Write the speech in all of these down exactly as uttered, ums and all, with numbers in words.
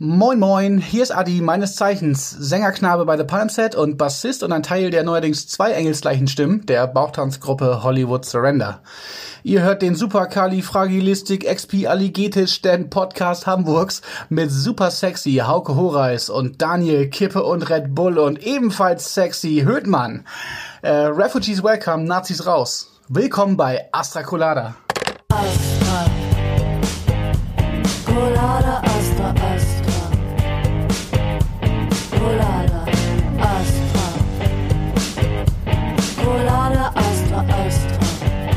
Moin moin, hier ist Adi, meines Zeichens Sängerknabe bei The Palmset und Bassist und ein Teil der neuerdings zwei engelsgleichen Stimmen der Bauchtanzgruppe Hollywood Surrender. Ihr hört den Supercalifragilistik Expialigetisch-Stand Podcast Hamburgs mit super sexy Hauke Horeis und Daniel Kippe und Red Bull und ebenfalls sexy Höhtmann. Äh, Refugees welcome, Nazis raus. Willkommen bei Astra Colada. Astra Colada, Astra, Astra Colada, Astra Colada, Astra, Astra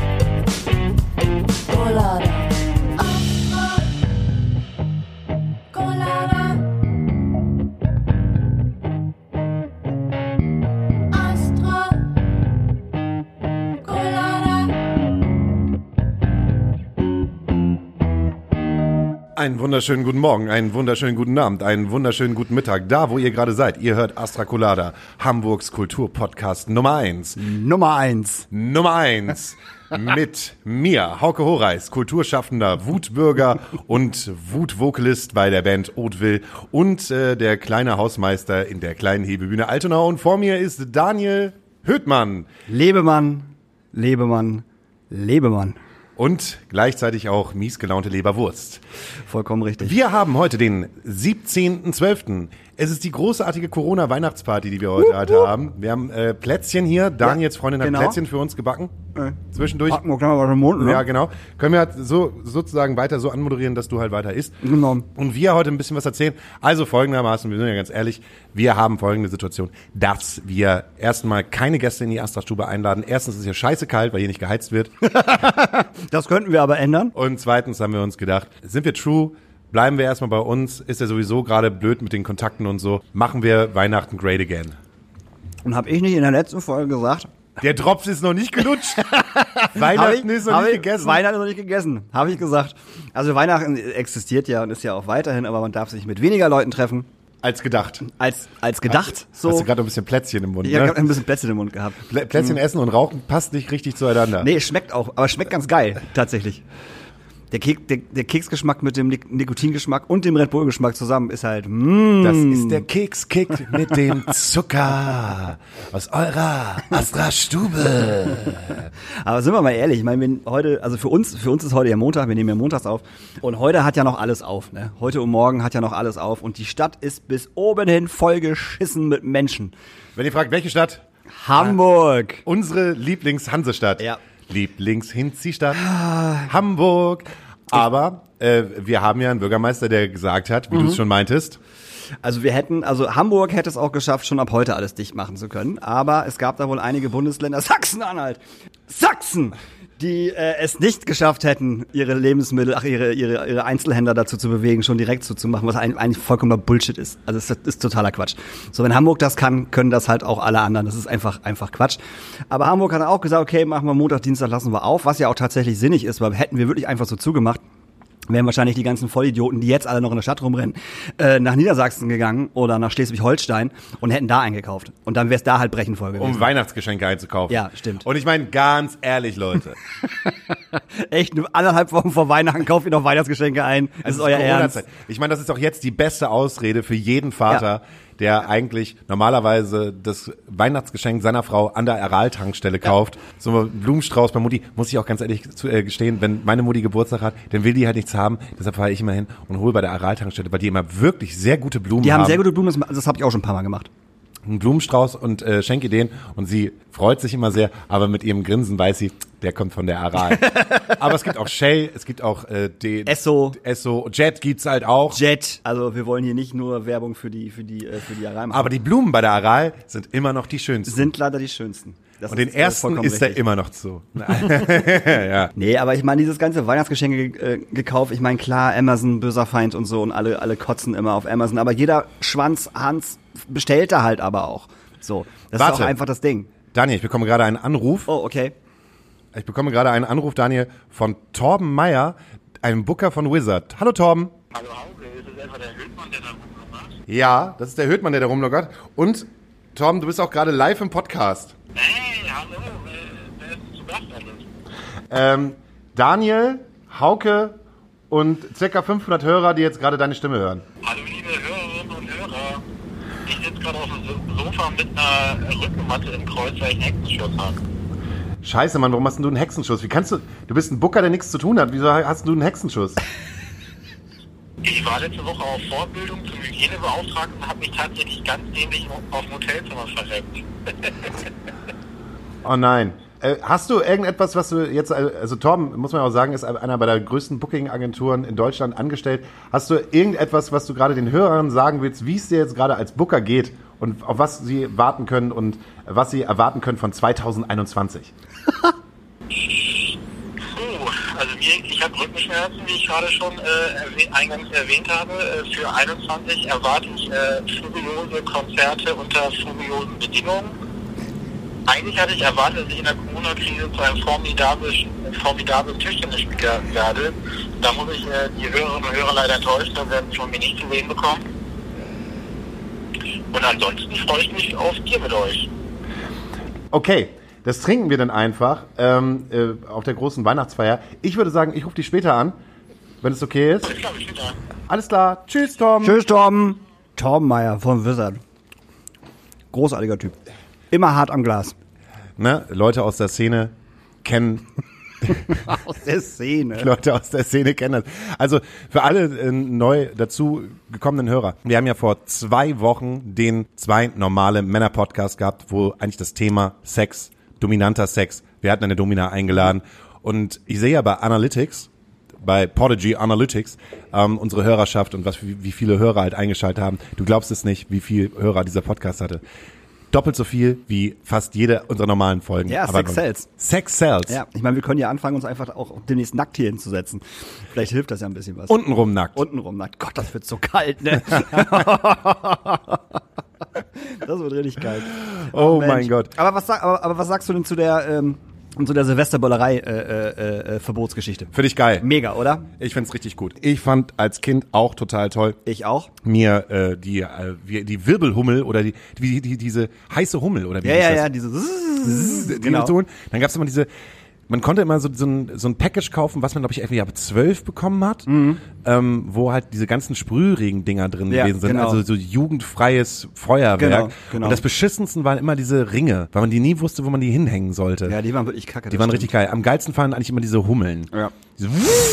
Colada, Astra Colada, Astra Colada. Einen wunderschönen guten Morgen, einen wunderschönen guten Abend, einen wunderschönen guten Mittag. Da, wo ihr gerade seid, ihr hört Astra Colada, Hamburgs Kulturpodcast Nummer eins. Nummer eins. Nummer eins. Mit mir, Hauke Horeis, Kulturschaffender, Wutbürger und Wutvokalist bei der Band Hauteville und äh, der kleine Hausmeister in der kleinen Hebebühne Altenau. Und vor mir ist Daniel Höhtmann. Lebemann, Lebemann, Lebemann. Und gleichzeitig auch miesgelaunte Leberwurst. Vollkommen richtig. Wir haben heute den siebzehnten zwölften Es ist die großartige Corona-Weihnachtsparty, die wir heute, heute haben. Wir haben äh, Plätzchen hier. Daniels ja, Freundin genau. hat Plätzchen für uns gebacken. Äh, Zwischendurch. Packen wir gleich mal den Mund, ne? Ja, genau. Können wir halt so sozusagen weiter so anmoderieren, dass du halt weiter isst. Genau. Und wir heute ein bisschen was erzählen. Also folgendermaßen, wir sind ja ganz ehrlich, wir haben folgende Situation, dass wir erstmal keine Gäste in die Astra-Stube einladen. Erstens ist es hier scheiße kalt, weil hier nicht geheizt wird. Das könnten wir aber ändern. Und zweitens haben wir uns gedacht, sind wir true? Bleiben wir erstmal bei uns, ist ja sowieso gerade blöd mit den Kontakten und so. Machen wir Weihnachten great again. Und habe ich nicht in der letzten Folge gesagt? Der Drops ist noch nicht gelutscht. Weihnachten ich, ist noch nicht ich, gegessen. Weihnachten ist noch nicht gegessen, habe ich gesagt. Also Weihnachten existiert ja und ist ja auch weiterhin, aber man darf sich mit weniger Leuten treffen. Als gedacht. Als als gedacht. Hast, so. hast du gerade ein bisschen Plätzchen im Mund, Ich ne? habe ein bisschen Plätzchen im Mund gehabt. Plä- Plätzchen hm. essen und rauchen passt nicht richtig zueinander. Nee, schmeckt auch, aber schmeckt ganz geil, tatsächlich. Der, Kek, der, der Keksgeschmack mit dem Nik- Nikotingeschmack und dem Red Bull-Geschmack zusammen ist halt, mm. Das ist der Kekskick mit dem Zucker aus eurer Astra-Stube. Aber sind wir mal ehrlich, ich meine, wenn heute, also für uns, für uns ist heute ja Montag, wir nehmen ja montags auf und heute hat ja noch alles auf, ne? Heute und morgen hat ja noch alles auf und die Stadt ist bis oben hin vollgeschissen mit Menschen. Wenn ihr fragt, welche Stadt? Hamburg. Unsere Lieblings-Hansestadt. Ja. Lieblings-Hinziehstadt. Hamburg. Aber äh, wir haben ja einen Bürgermeister, der gesagt hat, wie mhm. du es schon meintest. Also wir hätten, also Hamburg hätte es auch geschafft, schon ab heute alles dicht machen zu können. Aber es gab da wohl einige Bundesländer, Sachsen-Anhalt, Sachsen, die äh, es nicht geschafft hätten, ihre Lebensmittel, ach ihre ihre ihre Einzelhändler dazu zu bewegen, schon direkt zuzumachen, was eigentlich vollkommener Bullshit ist. Also es ist totaler Quatsch. So, wenn Hamburg das kann, können das halt auch alle anderen. Das ist einfach einfach Quatsch. Aber Hamburg hat auch gesagt, okay, machen wir Montag, Dienstag, lassen wir auf, was ja auch tatsächlich sinnig ist, weil hätten wir wirklich einfach so zugemacht, wären wahrscheinlich die ganzen Vollidioten, die jetzt alle noch in der Stadt rumrennen, äh, nach Niedersachsen gegangen oder nach Schleswig-Holstein und hätten da eingekauft. Und dann wäre es da halt brechen voll gewesen. Um Weihnachtsgeschenke einzukaufen. Ja, stimmt. Und ich meine, ganz ehrlich, Leute. Echt, anderthalb Wochen vor Weihnachten kauft ihr noch Weihnachtsgeschenke ein. Das ist euer Ernst. Ich meine, das ist doch jetzt die beste Ausrede für jeden Vater, ja, der eigentlich normalerweise das Weihnachtsgeschenk seiner Frau an der Aral-Tankstelle kauft. Ja. So ein Blumenstrauß bei Mutti, muss ich auch ganz ehrlich zu, äh, gestehen, wenn meine Mutti Geburtstag hat, dann will die halt nichts haben. Deshalb fahre ich immer hin und hole bei der Aral-Tankstelle, weil die immer wirklich sehr gute Blumen haben. Die haben sehr gute Blumen, das, das habe ich auch schon ein paar Mal gemacht. Einen Blumenstrauß und äh, schenke den und sie freut sich immer sehr, aber mit ihrem Grinsen weiß sie, der kommt von der Aral. Aber es gibt auch Shell, es gibt auch äh, den Esso, Esso, Jet gibt's halt auch. Jet, also wir wollen hier nicht nur Werbung für die für die äh, für die Aral machen. Aber die Blumen bei der Aral sind immer noch die schönsten. Sind leider die schönsten. Das und den ist, ersten ist er immer noch zu. Ja. Nee, aber ich meine, dieses ganze Weihnachtsgeschenke äh, gekauft, ich meine, klar, Amazon, böser Feind und so und alle alle kotzen immer auf Amazon, aber jeder Schwanz Hans bestellt da halt aber auch. So, das Warte. ist auch einfach das Ding. Daniel, ich bekomme gerade einen Anruf. Oh, okay. Ich bekomme gerade einen Anruf, Daniel, von Torben Meyer, einem Booker von Wizard. Hallo Torben. Hallo Hauke, ist das etwa der Höhtmann, der da rumlungert? Ja, das ist der Höhtmann, der da rumlungert. Und Torben, du bist auch gerade live im Podcast. Hey, hallo, wer ist zu Gast alles? Ähm, Daniel, Hauke und circa fünfhundert Hörer, die jetzt gerade deine Stimme hören. Hallo liebe sitze gerade auf dem So- Sofa mit einer Rückenmatte im Kreuz, weil ich einen Hexenschuss habe. Scheiße, Mann, warum hast denn du einen Hexenschuss? Wie kannst du, du bist ein Booker, der nichts zu tun hat. Wieso hast du einen Hexenschuss? Ich war letzte Woche auf Fortbildung zum Hygienebeauftragten und habe mich tatsächlich ganz dämlich auf dem Hotelzimmer verreckt. Oh nein. Äh, hast du irgendetwas, was du jetzt, also Torben, muss man auch sagen, ist einer bei der größten Booking-Agenturen in Deutschland angestellt. Hast du irgendetwas, was du gerade den Hörern sagen willst, wie es dir jetzt gerade als Booker geht und auf was sie warten können und was sie erwarten können von zwanzig einundzwanzig? Puh, also mir, ich habe Rückenschmerzen, wie ich gerade schon äh, erwäh- eingangs erwähnt habe. Äh, für einundzwanzig erwarte ich äh, furiose Konzerte unter furiosen Bedingungen. Eigentlich hatte ich erwartet, dass ich in der Corona-Krise zu einem formidablen, formidablen Tischtennisspieler werde. Da muss ich äh, die Hörerinnen und Hörer leider enttäuschen, da werden sie von mir nicht zu sehen bekommen. Und ansonsten freue ich mich auf Bier mit euch. Okay, das trinken wir dann einfach ähm, äh, auf der großen Weihnachtsfeier. Ich würde sagen, ich rufe dich später an, wenn es okay ist. Alles klar, bis später. Alles klar, tschüss Tom. Tschüss, Torben. Torben Meier von Wizard. Großartiger Typ. Immer hart am Glas. Ne, Leute aus der Szene kennen Aus der Szene. Leute aus der Szene kennen das. Also für alle äh, neu dazu gekommenen Hörer. Wir haben ja vor zwei Wochen den zwei normale Männer-Podcast gehabt, wo eigentlich das Thema Sex, dominanter Sex, wir hatten eine Domina eingeladen. Und ich sehe ja bei Analytics, bei Podigy Analytics, ähm, unsere Hörerschaft und was wie, wie viele Hörer halt eingeschaltet haben. Du glaubst es nicht, wie viel Hörer dieser Podcast hatte. Doppelt so viel wie fast jede unserer normalen Folgen. Ja, Aber Sex sells. Sex sells. Ja, ich meine, wir können ja anfangen, uns einfach auch demnächst nackt hier hinzusetzen. Vielleicht hilft das ja ein bisschen was. Untenrum nackt. Untenrum nackt. Gott, das wird so kalt, ne? Das wird richtig kalt. Oh Mensch. mein Gott. Aber was, sag, aber, aber was sagst du denn zu der, ähm, zu der Silvesterbollerei äh, äh, äh, Verbotsgeschichte? Finde ich geil. Mega, oder? Ich find's richtig gut. Ich fand als Kind auch total toll. Ich auch. Mir äh, die äh, wie, die Wirbelhummel oder die, die, die diese heiße Hummel oder wie Ja, hieß ja, das? ja, diese Die genau. tun. Dann gab's immer diese, man konnte immer so, so, ein, so ein Package kaufen, was man, glaube ich, irgendwie ab zwölf bekommen hat, mhm. ähm, wo halt diese ganzen Sprühregen-Dinger drin Ja, gewesen sind, genau. also so jugendfreies Feuerwerk. Genau, genau. Und das Beschissensten waren immer diese Ringe, weil man die nie wusste, wo man die hinhängen sollte. Ja, die waren wirklich kacke. die waren richtig geil. Am geilsten fanden eigentlich immer diese Hummeln. Ja. Diese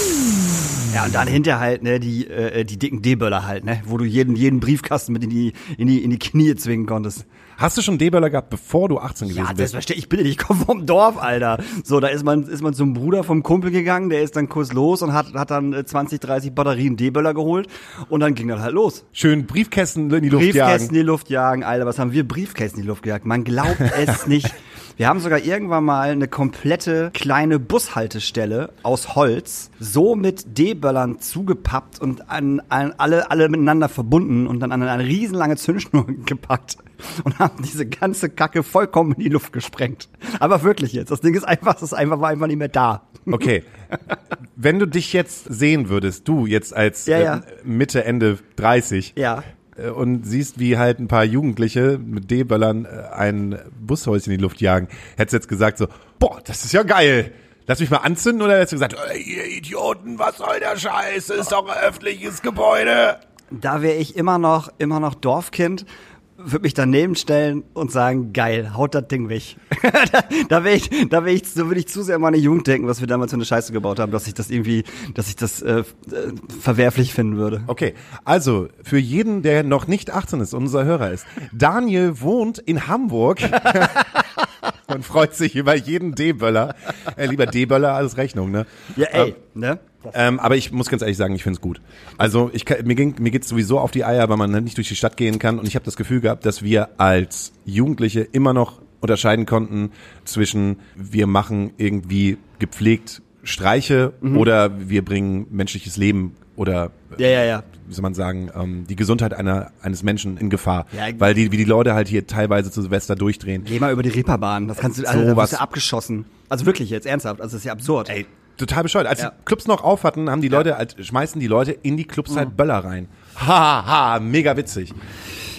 Ja, und dann hinter halt, ne, die, äh, die dicken D-Böller halt, ne, wo du jeden, jeden Briefkasten mit in die, in die, in die Knie zwingen konntest. Hast du schon D-Böller gehabt, bevor du achtzehn gewesen Ja, bist? das verstehe ich bitte. Ich komme vom Dorf, Alter. So, da ist man, ist man zum Bruder vom Kumpel gegangen, der ist dann kurz los und hat, hat dann äh, zwanzig, dreißig Batterien D-Böller geholt und dann ging das halt los. Schön Briefkästen in die Luft Briefkästen jagen. in die Luft jagen, Alter, was haben wir Briefkästen in die Luft gejagt? Man glaubt es nicht. Wir haben sogar irgendwann mal eine komplette kleine Bushaltestelle aus Holz so mit D-Böllern zugepappt und an, an alle, alle miteinander verbunden und dann an eine riesenlange Zündschnur gepackt und haben diese ganze Kacke vollkommen in die Luft gesprengt. Aber wirklich jetzt, das Ding ist einfach, das ist einfach, war einfach nicht mehr da. Okay. Wenn du dich jetzt sehen würdest, du jetzt als Ja, ja. Äh, Mitte, Ende dreißig Ja. äh, und siehst, wie halt ein paar Jugendliche mit D-Böllern äh, ein Bushäuschen in die Luft jagen, hättest du jetzt gesagt so, boah, das ist ja geil. Lass mich mal anzünden, oder hättest du gesagt, ey, ihr Idioten, was soll der Scheiß? Das ist doch ein öffentliches Gebäude. Da wäre ich immer noch, immer noch Dorfkind, würde mich daneben stellen und sagen, geil, haut das Ding weg. da da wäre ich, da wäre ich, so würde ich zu sehr an meine Jugend denken, was wir damals für eine Scheiße gebaut haben, dass ich das irgendwie, dass ich das äh, äh, verwerflich finden würde. Okay, also für jeden, der noch nicht achtzehn ist und unser Hörer ist, Daniel wohnt in Hamburg und freut sich über jeden D-Böller. Äh, lieber D-Böller als Rechnung, ne? Ja, ey, ne? Ähm, aber ich muss ganz ehrlich sagen, ich finde es gut. Also ich kann, mir, ging, mir geht's sowieso auf die Eier, weil man nicht durch die Stadt gehen kann. Und ich habe das Gefühl gehabt, dass wir als Jugendliche immer noch unterscheiden konnten zwischen wir machen irgendwie gepflegt Streiche mhm. oder wir bringen menschliches Leben oder Ja, ja, ja. wie soll man sagen, ähm, die Gesundheit einer eines Menschen in Gefahr. Ja, weil die, wie die Leute halt hier teilweise zu Silvester durchdrehen. Geh mal über die Reeperbahn, das kannst du, also, So da was. wirst du abgeschossen. Also wirklich jetzt, ernsthaft, also das ist ja absurd. Ey, total bescheuert. Als Ja. die Clubs noch auf hatten, haben die Leute, halt, schmeißen die Leute in die Clubs halt Böller rein. Ha, ha, mega witzig.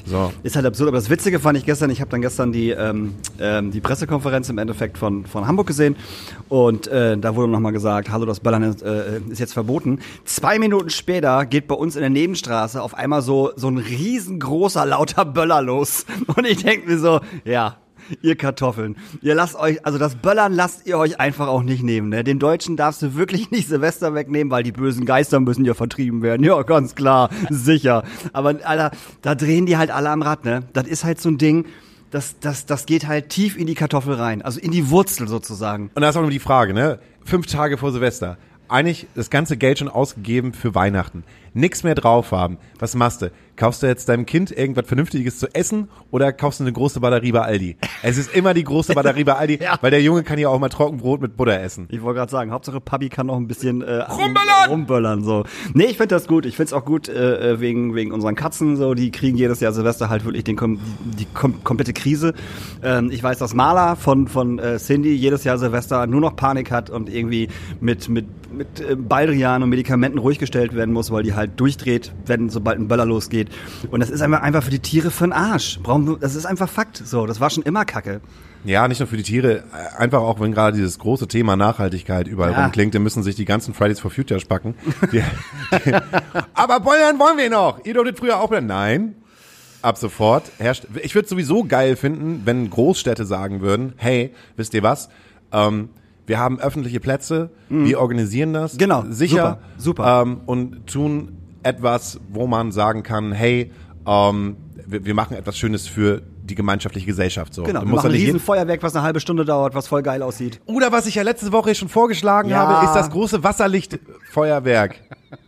So. Ist halt absurd, aber das Witzige fand ich gestern, ich habe dann gestern die ähm, ähm, die Pressekonferenz im Endeffekt von von Hamburg gesehen und äh, da wurde nochmal gesagt, hallo, das Böllern ist, äh, ist jetzt verboten. Zwei Minuten später geht bei uns in der Nebenstraße auf einmal so so ein riesengroßer, lauter Böller los und ich denke mir so, ja, ihr Kartoffeln, ihr lasst euch, also das Böllern lasst ihr euch einfach auch nicht nehmen, ne? Den Deutschen darfst du wirklich nicht Silvester wegnehmen, weil die bösen Geister müssen ja vertrieben werden. Ja, ganz klar, sicher. Aber, Alter, da drehen die halt alle am Rad, ne? Das ist halt so ein Ding, das, das, das geht halt tief in die Kartoffel rein, also in die Wurzel sozusagen. Und da ist auch nur die Frage, ne? Fünf Tage vor Silvester. Eigentlich das ganze Geld schon ausgegeben für Weihnachten. Nix mehr drauf haben. Was machst du? Kaufst du jetzt deinem Kind irgendwas Vernünftiges zu essen oder kaufst du eine große Batterie bei Aldi? Es ist immer die große Batterie bei Aldi, Ja. weil der Junge kann ja auch mal Trockenbrot mit Butter essen. Ich wollte gerade sagen, Hauptsache Papi kann noch ein bisschen äh, Rumböllern! rumböllern so. Nee, ich finde das gut. Ich finde es auch gut äh, wegen wegen unseren Katzen so. Die kriegen jedes Jahr Silvester halt wirklich den kom die kom komplette Krise. Ähm, ich weiß, dass Marla von von äh, Cindy jedes Jahr Silvester nur noch Panik hat und irgendwie mit mit mit äh, Baldrian und Medikamenten ruhig gestellt werden muss, weil die halt durchdreht, wenn sobald ein Böller losgeht. Und das ist einfach einfach für die Tiere für den Arsch. Brauchen wir, das ist einfach Fakt. So, das war schon immer Kacke. Ja, nicht nur für die Tiere, einfach auch, wenn gerade dieses große Thema Nachhaltigkeit überall Ja. rumklingt, dann müssen sich die ganzen Fridays for Future spacken. Die, die, aber Böllern wollen wir noch. Ihr durftet früher auch böllern. Nein. Ab sofort herrscht. Ich würde sowieso geil finden, wenn Großstädte sagen würden, hey, wisst ihr was? Ähm, wir haben öffentliche Plätze, wir organisieren das. Genau, Sicher. super, super. Ähm, und tun etwas, wo man sagen kann, hey, ähm, wir, wir machen etwas Schönes für die gemeinschaftliche Gesellschaft. So. Genau, Du wir musst machen ein ja nicht riesen jeden- Feuerwerk, was eine halbe Stunde dauert, was voll geil aussieht. Oder was ich ja letzte Woche schon vorgeschlagen Ja. habe, ist das große Wasserlichtfeuerwerk.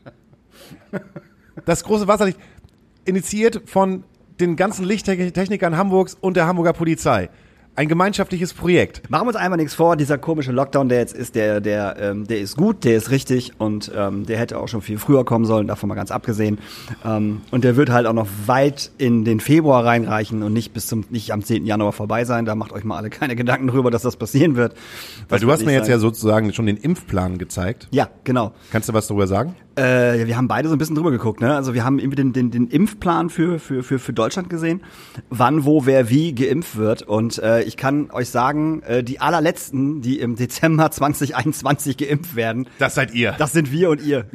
Das große Wasserlicht, initiiert von den ganzen Lichttechnikern Hamburgs und der Hamburger Polizei. Ein gemeinschaftliches Projekt. Machen wir uns einfach nichts vor, dieser komische Lockdown, der jetzt ist, der, der, ähm, der ist gut, der ist richtig und ähm, der hätte auch schon viel früher kommen sollen, davon mal ganz abgesehen. Ähm, und der wird halt auch noch weit in den Februar reinreichen und nicht bis zum, nicht am zehnten Januar vorbei sein. Da macht euch mal alle keine Gedanken drüber, dass das passieren wird. Weil Das du wird hast mir nicht jetzt sein. ja sozusagen schon den Impfplan gezeigt. Ja, genau. Kannst du was darüber sagen? Äh, wir haben beide so ein bisschen drüber geguckt, ne? Also wir haben irgendwie den, den, den Impfplan für, für, für, für Deutschland gesehen, wann, wo, wer, wie geimpft wird. Und äh, ich kann euch sagen, äh, die allerletzten, die im Dezember zwanzig einundzwanzig geimpft werden, Das seid ihr. das sind wir und ihr.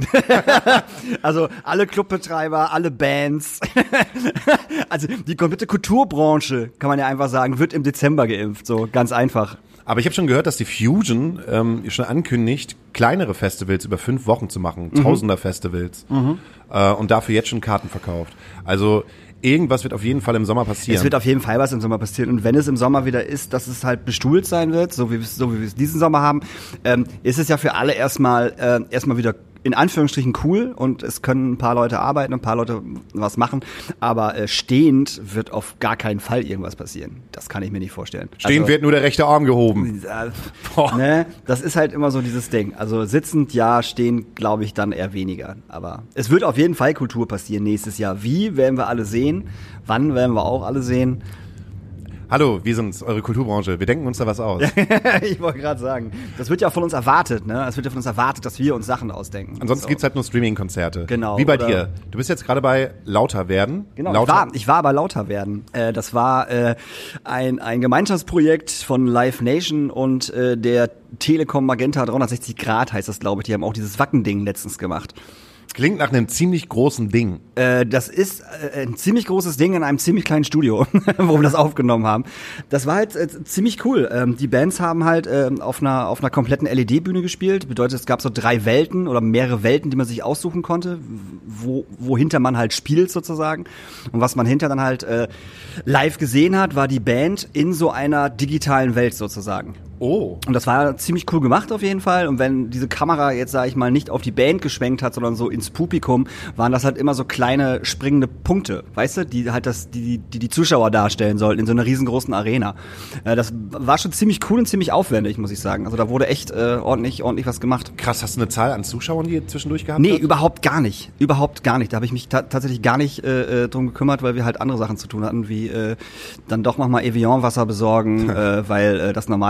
Also alle Clubbetreiber, alle Bands, also die komplette Kulturbranche, kann man ja einfach sagen, wird im Dezember geimpft, so ganz einfach. Aber ich habe schon gehört, dass die Fusion ähm, schon ankündigt, kleinere Festivals über fünf Wochen zu machen, Tausender-Festivals, äh, und dafür jetzt schon Karten verkauft. Also irgendwas wird auf jeden Fall im Sommer passieren. Es wird auf jeden Fall was im Sommer passieren. Und wenn es im Sommer wieder ist, dass es halt bestuhlt sein wird, so wie wir es so wie wir es diesen Sommer haben, ähm, ist es ja für alle erstmal äh, erstmal wieder in Anführungsstrichen cool und es können ein paar Leute arbeiten, ein paar Leute was machen, aber äh, stehend wird auf gar keinen Fall irgendwas passieren. Das kann ich mir nicht vorstellen. Stehen Also, wird nur der rechte Arm gehoben. äh, ne, das ist halt immer so dieses Ding. Also sitzend ja, stehen glaube ich dann eher weniger. Aber es wird auf jeden Fall Kultur passieren nächstes Jahr. Wie, werden wir alle sehen. Wann, werden wir auch alle sehen. Hallo, wir sind eure Kulturbranche. Wir denken uns da was aus. Ich wollte gerade sagen, das wird ja von uns erwartet, ne? Es wird ja von uns erwartet, dass wir uns Sachen ausdenken. Ansonsten so. gibt's halt nur Streaming-Konzerte. Genau, Wie bei oder- dir. Du bist jetzt gerade bei Lauter werden. Genau, ich Lauter. war, ich war bei Lauter werden. Äh, das war äh, ein, ein Gemeinschaftsprojekt von Live Nation und äh, der Telekom Magenta dreihundertsechzig Grad heißt das, glaube ich. Die haben auch dieses Wacken-Ding letztens gemacht. Klingt nach einem ziemlich großen Ding. Äh, das ist äh, ein ziemlich großes Ding in einem ziemlich kleinen Studio, wo wir das aufgenommen haben. Das war halt äh, ziemlich cool. Ähm, die Bands haben halt äh, auf einer auf einer kompletten L E D-Bühne gespielt. Bedeutet, es gab so drei Welten oder mehrere Welten, die man sich aussuchen konnte, wo wohinter man halt spielt sozusagen. Und was man hinter dann halt äh, live gesehen hat, war die Band in so einer digitalen Welt sozusagen. Oh. Und das war ziemlich cool gemacht auf jeden Fall. Und wenn diese Kamera jetzt, sage ich mal, nicht auf die Band geschwenkt hat, sondern so ins Publikum, waren das halt immer so kleine springende Punkte, weißt du, die halt das, die die die Zuschauer darstellen sollten in so einer riesengroßen Arena. Äh, das war schon ziemlich cool und ziemlich aufwendig, muss ich sagen. Also da wurde echt äh, ordentlich ordentlich was gemacht. Krass, hast du eine Zahl an Zuschauern, die ihr zwischendurch gehabt Nee, habt? überhaupt gar nicht. Überhaupt gar nicht. Da habe ich mich ta- tatsächlich gar nicht äh, äh, drum gekümmert, weil wir halt andere Sachen zu tun hatten, wie äh, dann doch nochmal Evian-Wasser besorgen, äh, weil äh, das normale Wasser natürlich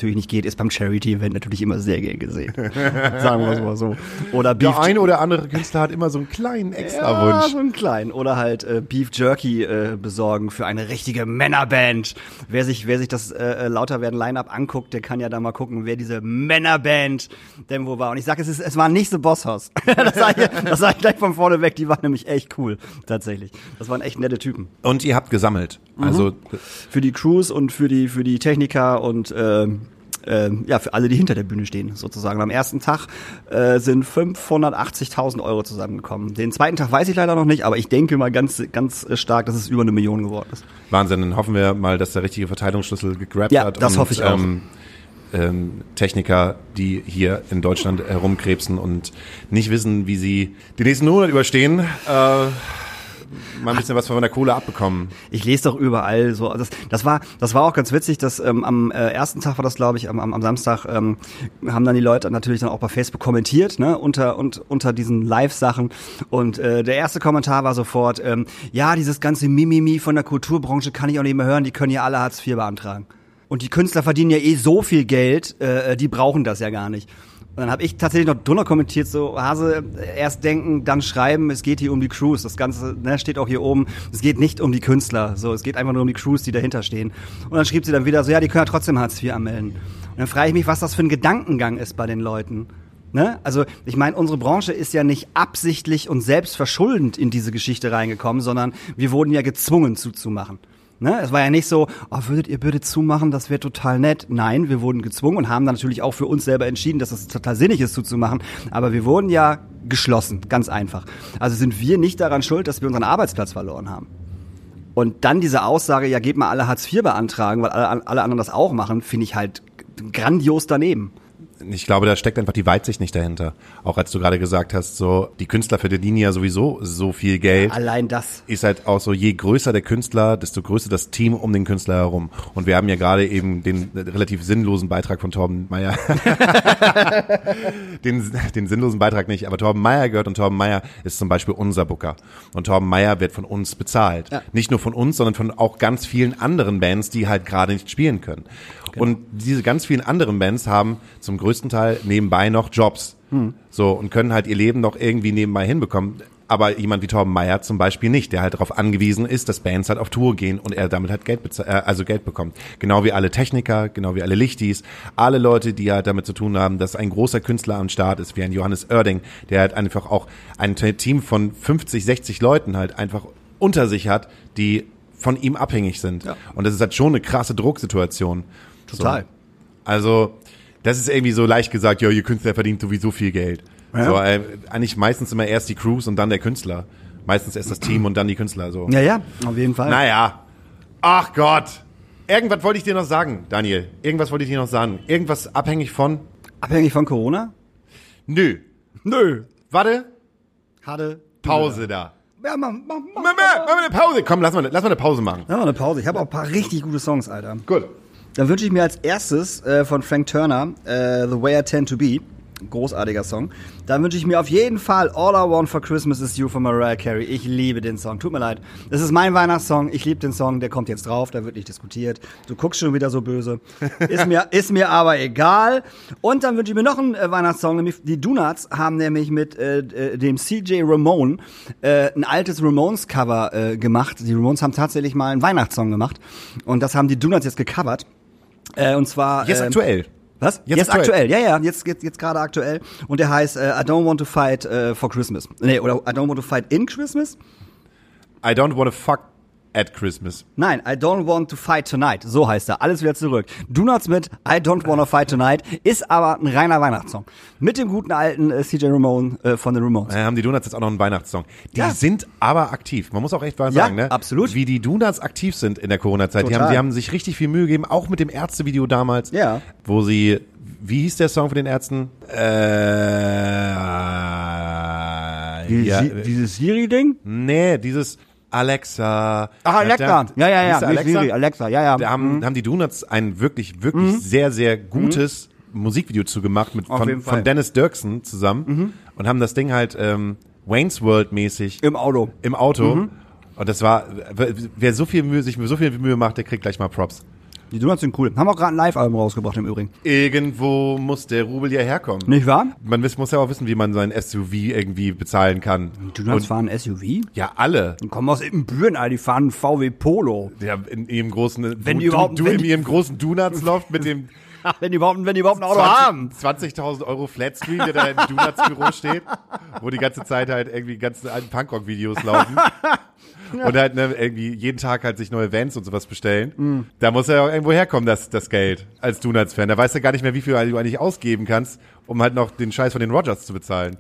natürlich nicht geht, ist beim Charity-Event natürlich immer sehr gern gesehen. Sagen wir es mal so. Oder Beef Der eine oder andere Künstler hat immer so einen kleinen Ja, Extrawunsch. so einen kleinen. Oder halt äh, Beef Jerky äh, besorgen für eine richtige Männerband. Wer sich, wer sich das äh, lauter werden Line-Up anguckt, der kann ja da mal gucken, wer diese Männerband denn wo war. Und ich sage, es ist, es war nicht The Boss House. das sage ich, das sag ich gleich von vorne weg. Die waren nämlich echt cool, tatsächlich. Das waren echt nette Typen. Und ihr habt gesammelt. Also Für die Crews und für die für die Techniker und äh, äh, ja für alle, die hinter der Bühne stehen, sozusagen. Am ersten Tag äh, sind fünfhundertachtzigtausend Euro zusammengekommen. Den zweiten Tag weiß ich leider noch nicht, aber ich denke mal ganz ganz stark, dass es über eine Million geworden ist. Wahnsinn, dann hoffen wir mal, dass der richtige Verteilungsschlüssel gegrabt Ja, hat. das und, hoffe ich auch. Ähm, ähm, Techniker, die hier in Deutschland herumkrebsen und nicht wissen, wie sie die nächsten Monate überstehen, äh, mal ein bisschen was von der Kohle abbekommen. Ich lese doch überall so. Das, das war, das war auch ganz witzig. Dass ähm, am äh, ersten Tag war das, glaube ich, am, am, am Samstag ähm, haben dann die Leute natürlich dann auch bei Facebook kommentiert, ne, unter und unter diesen Live-Sachen. Und äh, der erste Kommentar war sofort: ähm, Ja, dieses ganze Mimimi von der Kulturbranche kann ich auch nicht mehr hören. Die können ja alle Hartz vier beantragen. Und die Künstler verdienen ja eh so viel Geld, äh, die brauchen das ja gar nicht. Und dann habe ich tatsächlich noch drunter kommentiert, so, Hase, erst denken, dann schreiben, es geht hier um die Crews. Das Ganze, ne, steht auch hier oben, es geht nicht um die Künstler, so, es geht einfach nur um die Crews, die dahinter stehen. Und dann schrieb sie dann wieder so, ja, die können ja trotzdem Hartz vier anmelden. Und dann frage ich mich, was das für ein Gedankengang ist bei den Leuten. Ne? Also, ich meine, unsere Branche ist ja nicht absichtlich und selbstverschuldend in diese Geschichte reingekommen, sondern wir wurden ja gezwungen zuzumachen. Ne? Es war ja nicht so, oh, würdet ihr bitte zumachen, das wäre total nett. Nein, wir wurden gezwungen und haben dann natürlich auch für uns selber entschieden, dass es total sinnig ist zuzumachen. Aber wir wurden ja geschlossen, ganz einfach. Also sind wir nicht daran schuld, dass wir unseren Arbeitsplatz verloren haben. Und dann diese Aussage, ja, geht mal alle Hartz vier beantragen, weil alle, alle anderen das auch machen, finde ich halt grandios daneben. Ich glaube, da steckt einfach die Weitsicht nicht dahinter. Auch als du gerade gesagt hast, so die Künstler verdienen ja sowieso so viel Geld. Allein das. Ist halt auch so, je größer der Künstler, desto größer das Team um den Künstler herum. Und wir haben ja gerade eben den relativ sinnlosen Beitrag von Torben Meier. den, den sinnlosen Beitrag nicht, aber Torben Meier gehört und Torben Meier ist zum Beispiel unser Booker. Und Torben Meier wird von uns bezahlt. Ja. Nicht nur von uns, sondern von auch ganz vielen anderen Bands, die halt gerade nicht spielen können. Genau. Und diese ganz vielen anderen Bands haben zum größten Teil nebenbei noch Jobs. Hm. So, und können halt ihr Leben noch irgendwie nebenbei hinbekommen. Aber jemand wie Torben Meier zum Beispiel nicht, der halt darauf angewiesen ist, dass Bands halt auf Tour gehen und er damit halt Geld beza- äh, also Geld bekommt. Genau wie alle Techniker, genau wie alle Lichtis, alle Leute, die halt damit zu tun haben, dass ein großer Künstler am Start ist, wie ein Johannes Oerding, der halt einfach auch ein Team von fünfzig, sechzig Leuten halt einfach unter sich hat, die von ihm abhängig sind. Ja. Und das ist halt schon eine krasse Drucksituation. Total. So. Also, das ist irgendwie so leicht gesagt, ja, ihr Künstler verdient sowieso viel Geld. Ja. So, äh, eigentlich meistens immer erst die Crews und dann der Künstler. Meistens erst das Team und dann die Künstler. So. Ja, ja, auf jeden Fall. Naja. Ach Gott. Irgendwas wollte ich dir noch sagen, Daniel. Irgendwas wollte ich dir noch sagen. Irgendwas abhängig von? Abhängig von Corona? Nö. Nö. Warte. Hatte. Pause da. Ja, mach, mach, mach. Mach mal, mach mal eine Pause. Komm, lass mal, lass mal eine Pause machen. Ja, eine Pause. Ich habe auch ein paar richtig gute Songs, Alter. Gut. Dann wünsche ich mir als erstes äh, von Frank Turner äh, The Way I Tend to Be. Großartiger Song. Dann wünsche ich mir auf jeden Fall All I Want for Christmas Is You von Mariah Carey. Ich liebe den Song. Tut mir leid. Das ist mein Weihnachtssong. Ich liebe den Song. Der kommt jetzt drauf. Da wird nicht diskutiert. Du guckst schon wieder so böse. Ist mir, ist mir aber egal. Und dann wünsche ich mir noch einen äh, Weihnachtssong. Nämlich die Donuts haben nämlich mit äh, äh, dem C J Ramone äh, ein altes Ramones-Cover äh, gemacht. Die Ramones haben tatsächlich mal einen Weihnachtssong gemacht. Und das haben die Donuts jetzt gecovert. Äh, und zwar Jetzt äh, aktuell. Was? Jetzt, jetzt aktuell. aktuell. Ja, ja, jetzt jetzt, jetzt gerade aktuell. Und der heißt äh, I Don't Want to Fight äh, for Christmas. Nee, oder I Don't Want to Fight in Christmas? I don't want to fuck at Christmas. Nein, I Don't Want to Fight Tonight. So heißt er. Alles wieder zurück. Donuts mit I Don't Want to Fight Tonight ist aber ein reiner Weihnachtssong. Mit dem guten alten äh, C J Ramone äh, von den Ramones. Da haben die Donuts jetzt auch noch einen Weihnachtssong. Die Ja. sind aber aktiv. Man muss auch echt mal Ja, sagen, ne? absolut. Wie die Donuts aktiv sind in der Corona-Zeit. Die Total. haben, die haben sich richtig viel Mühe gegeben, auch mit dem Ärzte-Video damals. Ja. Wo sie, wie hieß der Song von den Ärzten? Äh, Die, ja, Si- dieses Siri-Ding? nee, dieses Alexa. Ach, Alexa. Ja, ja, ja. Hieß der Nicht Alexa? Siri, Alexa. Ja, ja. Da haben, Mhm. haben die Donuts ein wirklich, wirklich sehr, sehr gutes Musikvideo zu gemacht mit, Auf von, jeden Fall. von Dennis Dirksen zusammen und haben das Ding halt ähm, Wayne's World mäßig Im Auto. im Auto. Und das war, wer so viel Mühe, sich so viel Mühe macht, der kriegt gleich mal Props. Die Donuts sind cool. Haben auch gerade ein Live-Album rausgebracht im Übrigen. Irgendwo muss der Rubel ja herkommen. Nicht wahr? Man wiss, muss ja auch wissen, wie man sein S U V irgendwie bezahlen kann. Die Donuts fahren ein S U V? Ja, alle. Und kommen aus Ibbenbüren, Alter, die fahren einen V W Polo. Ja, in ihrem großen, Wenn du, die überhaupt- du, du wenn in die- ihrem großen Donuts-Loft mit dem Wenn die überhaupt, wenn die überhaupt ein Auto haben. zwanzigtausend Euro Flatscreen, der da im Donuts-Büro steht, wo die ganze Zeit halt irgendwie ganze alten Punkrock-Videos laufen. Und halt ne, irgendwie jeden Tag halt sich neue Vans und sowas bestellen. Mm. Da muss ja auch irgendwo herkommen, das, das Geld, als Donuts-Fan. Da weißt du gar nicht mehr, wie viel du eigentlich ausgeben kannst, um halt noch den Scheiß von den Rogers zu bezahlen.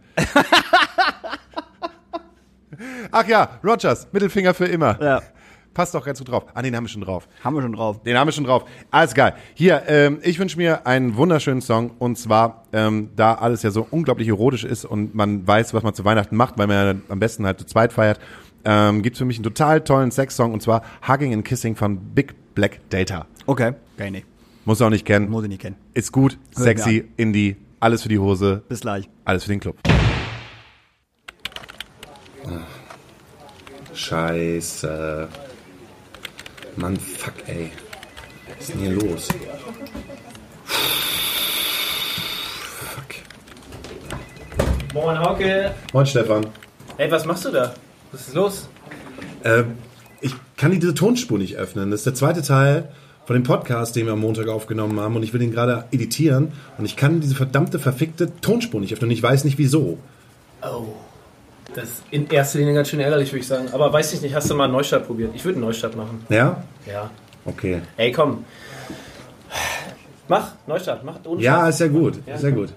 Ach ja, Rogers, Mittelfinger für immer. Ja. Passt doch ganz gut drauf. Ah, den haben wir schon drauf. Haben wir schon drauf. Den haben wir schon drauf. Alles geil. Hier, ähm, ich wünsche mir einen wunderschönen Song. Und zwar, ähm, da alles ja so unglaublich erotisch ist und man weiß, was man zu Weihnachten macht, weil man ja am besten halt zu zweit feiert, ähm, gibt's für mich einen total tollen Sex-Song. Und zwar Hugging and Kissing von Big Black Data. Okay. Geil, nee. Muss auch nicht kennen. Muss ich nicht kennen. Ist gut, Hör sexy, Indie, alles für die Hose, Bis gleich. alles für den Club. Scheiße. Mann, fuck, ey. Was ist denn hier los? Fuck. Moin Hauke. Moin, Stefan. Ey, was machst du da? Was ist los? Äh, ich kann diese Tonspur nicht öffnen. Das ist der zweite Teil von dem Podcast, den wir am Montag aufgenommen haben. Und ich will den gerade editieren. Und ich kann diese verdammte, verfickte Tonspur nicht öffnen. Und ich weiß nicht, wieso. Oh. Das ist in erster Linie ganz schön ärgerlich, würde ich sagen. Aber weiß ich nicht, hast du mal einen Neustart probiert? Ich würde einen Neustart machen. Ja? Ja. Okay. Ey, komm. Mach, Neustart, mach ohne Ja, Scheiß. ist ja gut. Ja, Ist ja komm. gut.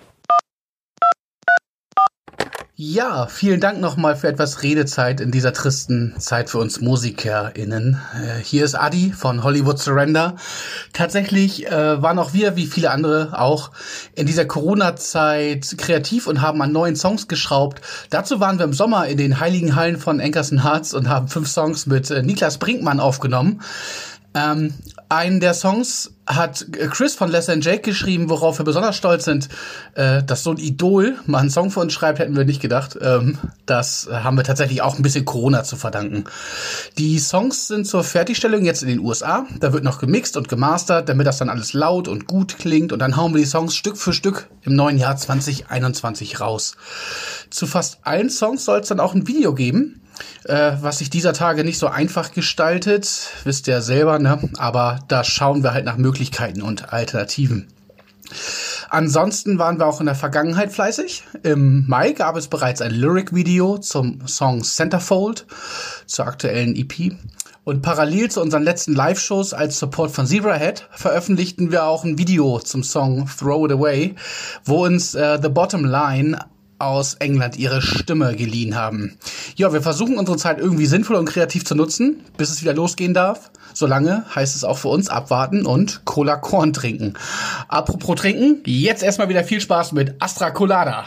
Ja, vielen Dank nochmal für etwas Redezeit in dieser tristen Zeit für uns MusikerInnen. Äh, hier ist Adi von Hollywood Surrender. Tatsächlich äh, waren auch wir, wie viele andere auch, in dieser Corona-Zeit kreativ und haben an neuen Songs geschraubt. Dazu waren wir im Sommer in den heiligen Hallen von Anchors Hearts und haben fünf Songs mit äh, Niklas Brinkmann aufgenommen. Ähm, einen der Songs hat Chris von Less Than Jake geschrieben, worauf wir besonders stolz sind, äh, dass so ein Idol mal einen Song für uns schreibt, hätten wir nicht gedacht. Ähm, das haben wir tatsächlich auch ein bisschen Corona zu verdanken. Die Songs sind zur Fertigstellung jetzt in den U S A. Da wird noch gemixt und gemastert, damit das dann alles laut und gut klingt. Und dann hauen wir die Songs Stück für Stück im neuen Jahr zwanzig einundzwanzig raus. Zu fast allen Songs soll es dann auch ein Video geben. Äh, was sich dieser Tage nicht so einfach gestaltet, wisst ihr ja selber, ne? Aber da schauen wir halt nach Möglichkeiten und Alternativen. Ansonsten waren wir auch in der Vergangenheit fleißig. Im Mai gab es bereits ein Lyric-Video zum Song Centerfold, zur aktuellen E P. Und parallel zu unseren letzten Live-Shows als Support von Zebrahead veröffentlichten wir auch ein Video zum Song Throw It Away, wo uns äh, The Bottom Line aus England ihre Stimme geliehen haben. Ja, wir versuchen unsere Zeit irgendwie sinnvoll und kreativ zu nutzen, bis es wieder losgehen darf. Solange heißt es auch für uns abwarten und Cola Korn trinken. Apropos trinken, jetzt erstmal wieder viel Spaß mit Astra Colada.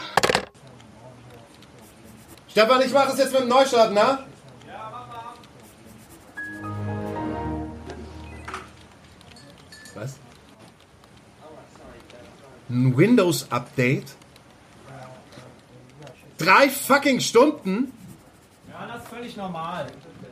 Stefan, ich mache es jetzt mit dem Neustart, ne? Was? Ein Windows-Update? Drei fucking Stunden? Ja, das ist völlig normal.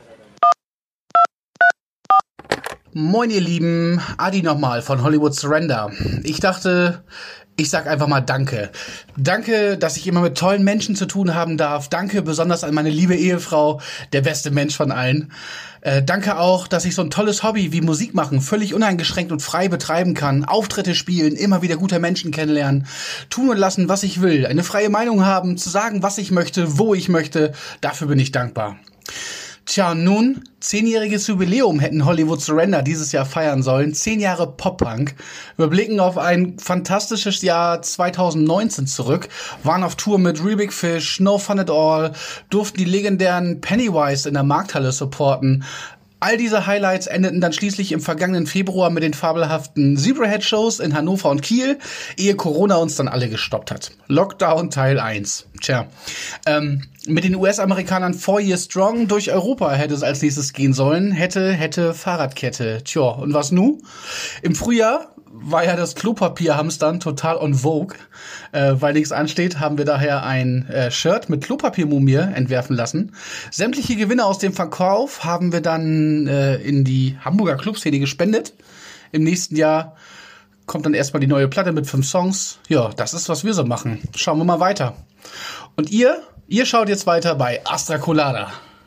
Moin ihr Lieben, Adi nochmal von Hollywood Surrender. Ich dachte, ich sag einfach mal Danke. Danke, dass ich immer mit tollen Menschen zu tun haben darf. Danke besonders an meine liebe Ehefrau, der beste Mensch von allen. Äh, danke auch, dass ich so ein tolles Hobby wie Musik machen völlig uneingeschränkt und frei betreiben kann. Auftritte spielen, immer wieder gute Menschen kennenlernen, tun und lassen, was ich will. Eine freie Meinung haben, zu sagen, was ich möchte, wo ich möchte. Dafür bin ich dankbar. Tja, und nun, zehnjähriges Jubiläum hätten Hollywood Surrender dieses Jahr feiern sollen. Zehn Jahre Pop-Punk. Wir blicken auf ein fantastisches Jahr zweitausendneunzehn zurück, waren auf Tour mit Real Big Fish, No Fun at All, durften die legendären Pennywise in der Markthalle supporten. All diese Highlights endeten dann schließlich im vergangenen Februar mit den fabelhaften Zebrahead-Shows in Hannover und Kiel, ehe Corona uns dann alle gestoppt hat. Lockdown Teil eins. Tja, ähm, mit den U S-Amerikanern Four Years Strong durch Europa hätte es als nächstes gehen sollen. Hätte, hätte, Fahrradkette. Tja, und was nu? Im Frühjahr war ja das Klopapierhamstern total on vogue. Äh, weil nichts ansteht, haben wir daher ein äh, Shirt mit Klopapiermumie entwerfen lassen. Sämtliche Gewinne aus dem Verkauf haben wir dann äh, in die Hamburger Clubszene gespendet. Im nächsten Jahr kommt dann erstmal die neue Platte mit fünf Songs. Ja, das ist, was wir so machen. Schauen wir mal weiter. Und ihr? Ihr schaut jetzt weiter bei Astra Colada.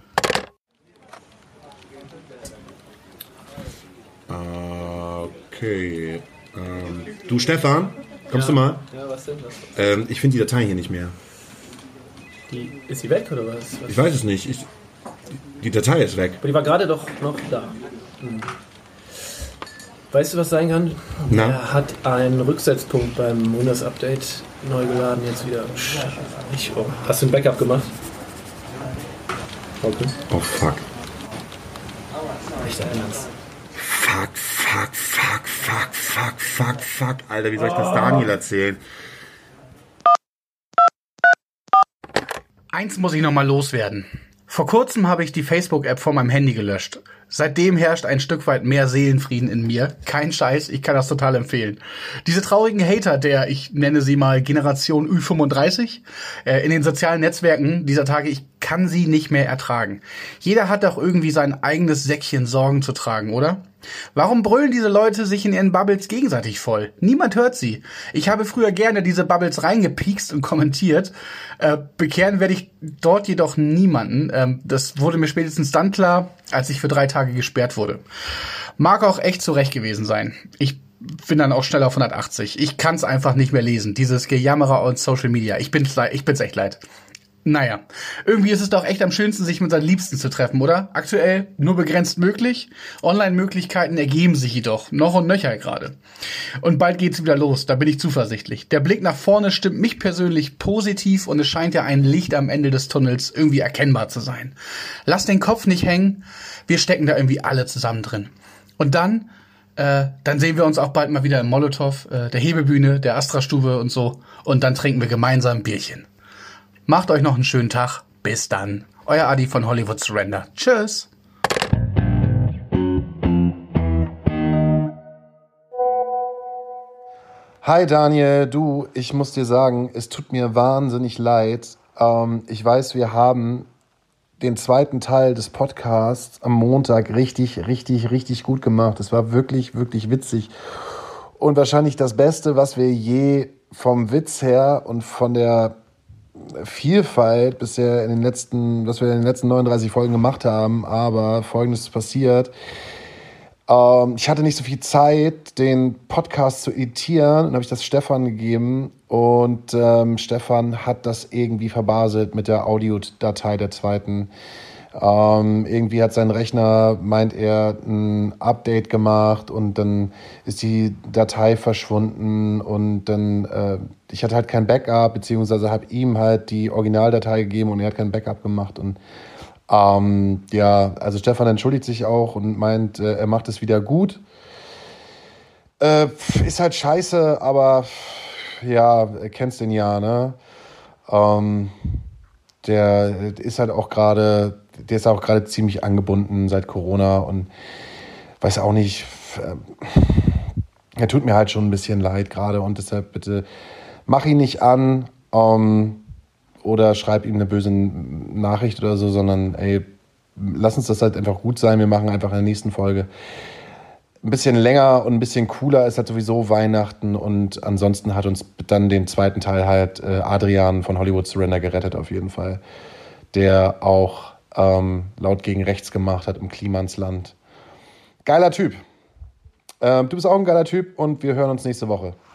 Okay. Ähm, du, Stefan, kommst ja. du mal? Ja, was denn das? Ähm, ich finde die Datei hier nicht mehr. Die, ist die weg oder was? was? Ich weiß es nicht. Ich, die Datei ist weg. Aber die war gerade doch noch da. Hm. Weißt du, was sein kann? Na? Er hat einen Rücksetzpunkt beim Windows-Update neu geladen jetzt wieder. Ich, oh. Hast du ein Backup gemacht? Okay. Oh, fuck. Echt ernst. Fuck, fuck, fuck, fuck, fuck, fuck, fuck. Alter, wie soll ich das Daniel erzählen? Eins muss ich noch mal loswerden. Vor kurzem habe ich die Facebook-App von meinem Handy gelöscht. Seitdem herrscht ein Stück weit mehr Seelenfrieden in mir. Kein Scheiß, ich kann das total empfehlen. Diese traurigen Hater der, ich nenne sie mal Generation Ü fünfunddreißig, äh, in den sozialen Netzwerken dieser Tage, ich kann sie nicht mehr ertragen. Jeder hat doch irgendwie sein eigenes Säckchen Sorgen zu tragen, oder? Warum brüllen diese Leute sich in ihren Bubbles gegenseitig voll? Niemand hört sie. Ich habe früher gerne diese Bubbles reingepiekst und kommentiert. Äh, bekehren werde ich dort jedoch niemanden. Ähm, das wurde mir spätestens dann klar, als ich für drei Tage gesperrt wurde. Mag auch echt zurecht gewesen sein. Ich bin dann auch schnell auf hundertachtzig. Ich kann es einfach nicht mehr lesen. Dieses Gejammerer und Social Media. Ich bin's, ich bin's echt leid. Naja, irgendwie ist es doch echt am schönsten, sich mit seinen Liebsten zu treffen, oder? Aktuell nur begrenzt möglich. Online-Möglichkeiten ergeben sich jedoch noch und nöcher gerade. Und bald geht's wieder los, da bin ich zuversichtlich. Der Blick nach vorne stimmt mich persönlich positiv und es scheint ja ein Licht am Ende des Tunnels irgendwie erkennbar zu sein. Lass den Kopf nicht hängen, wir stecken da irgendwie alle zusammen drin. Und dann, äh, dann sehen wir uns auch bald mal wieder im Molotow, äh, der Hebebühne, der Astra-Stube und so. Und dann trinken wir gemeinsam ein Bierchen. Macht euch noch einen schönen Tag. Bis dann. Euer Adi von Hollywood Surrender. Tschüss. Hi Daniel, du, ich muss dir sagen, es tut mir wahnsinnig leid. Ähm, ich weiß, wir haben den zweiten Teil des Podcasts am Montag richtig, richtig, richtig gut gemacht. Es war wirklich, wirklich witzig. Und wahrscheinlich das Beste, was wir je vom Witz her und von der Vielfalt bisher in den letzten, was wir in den letzten neununddreißig Folgen gemacht haben, aber Folgendes ist passiert. Ähm, ich hatte nicht so viel Zeit, den Podcast zu editieren, und habe ich das Stefan gegeben und ähm, Stefan hat das irgendwie verbaselt mit der Audiodatei der zweiten. Ähm, irgendwie hat sein Rechner, meint er, ein Update gemacht und dann ist die Datei verschwunden und dann, äh, ich hatte halt kein Backup, beziehungsweise habe ihm halt die Originaldatei gegeben und er hat kein Backup gemacht und ähm, ja, also Stefan entschuldigt sich auch und meint, äh, er macht es wieder gut. Äh, ist halt scheiße, aber ja, kennst den ja, ne? Ähm, der ist halt auch gerade Der ist auch gerade ziemlich angebunden seit Corona und weiß auch nicht, äh, er tut mir halt schon ein bisschen leid gerade und deshalb bitte mach ihn nicht an ähm, oder schreib ihm eine böse Nachricht oder so, sondern ey, lass uns das halt einfach gut sein, wir machen einfach in der nächsten Folge ein bisschen länger und ein bisschen cooler, ist halt sowieso Weihnachten und ansonsten hat uns dann den zweiten Teil halt äh, Adrian von Hollywood Surrender gerettet auf jeden Fall, der auch ähm, laut gegen rechts gemacht hat im Klimansland. Geiler Typ. Ähm, du bist auch ein geiler Typ und wir hören uns nächste Woche.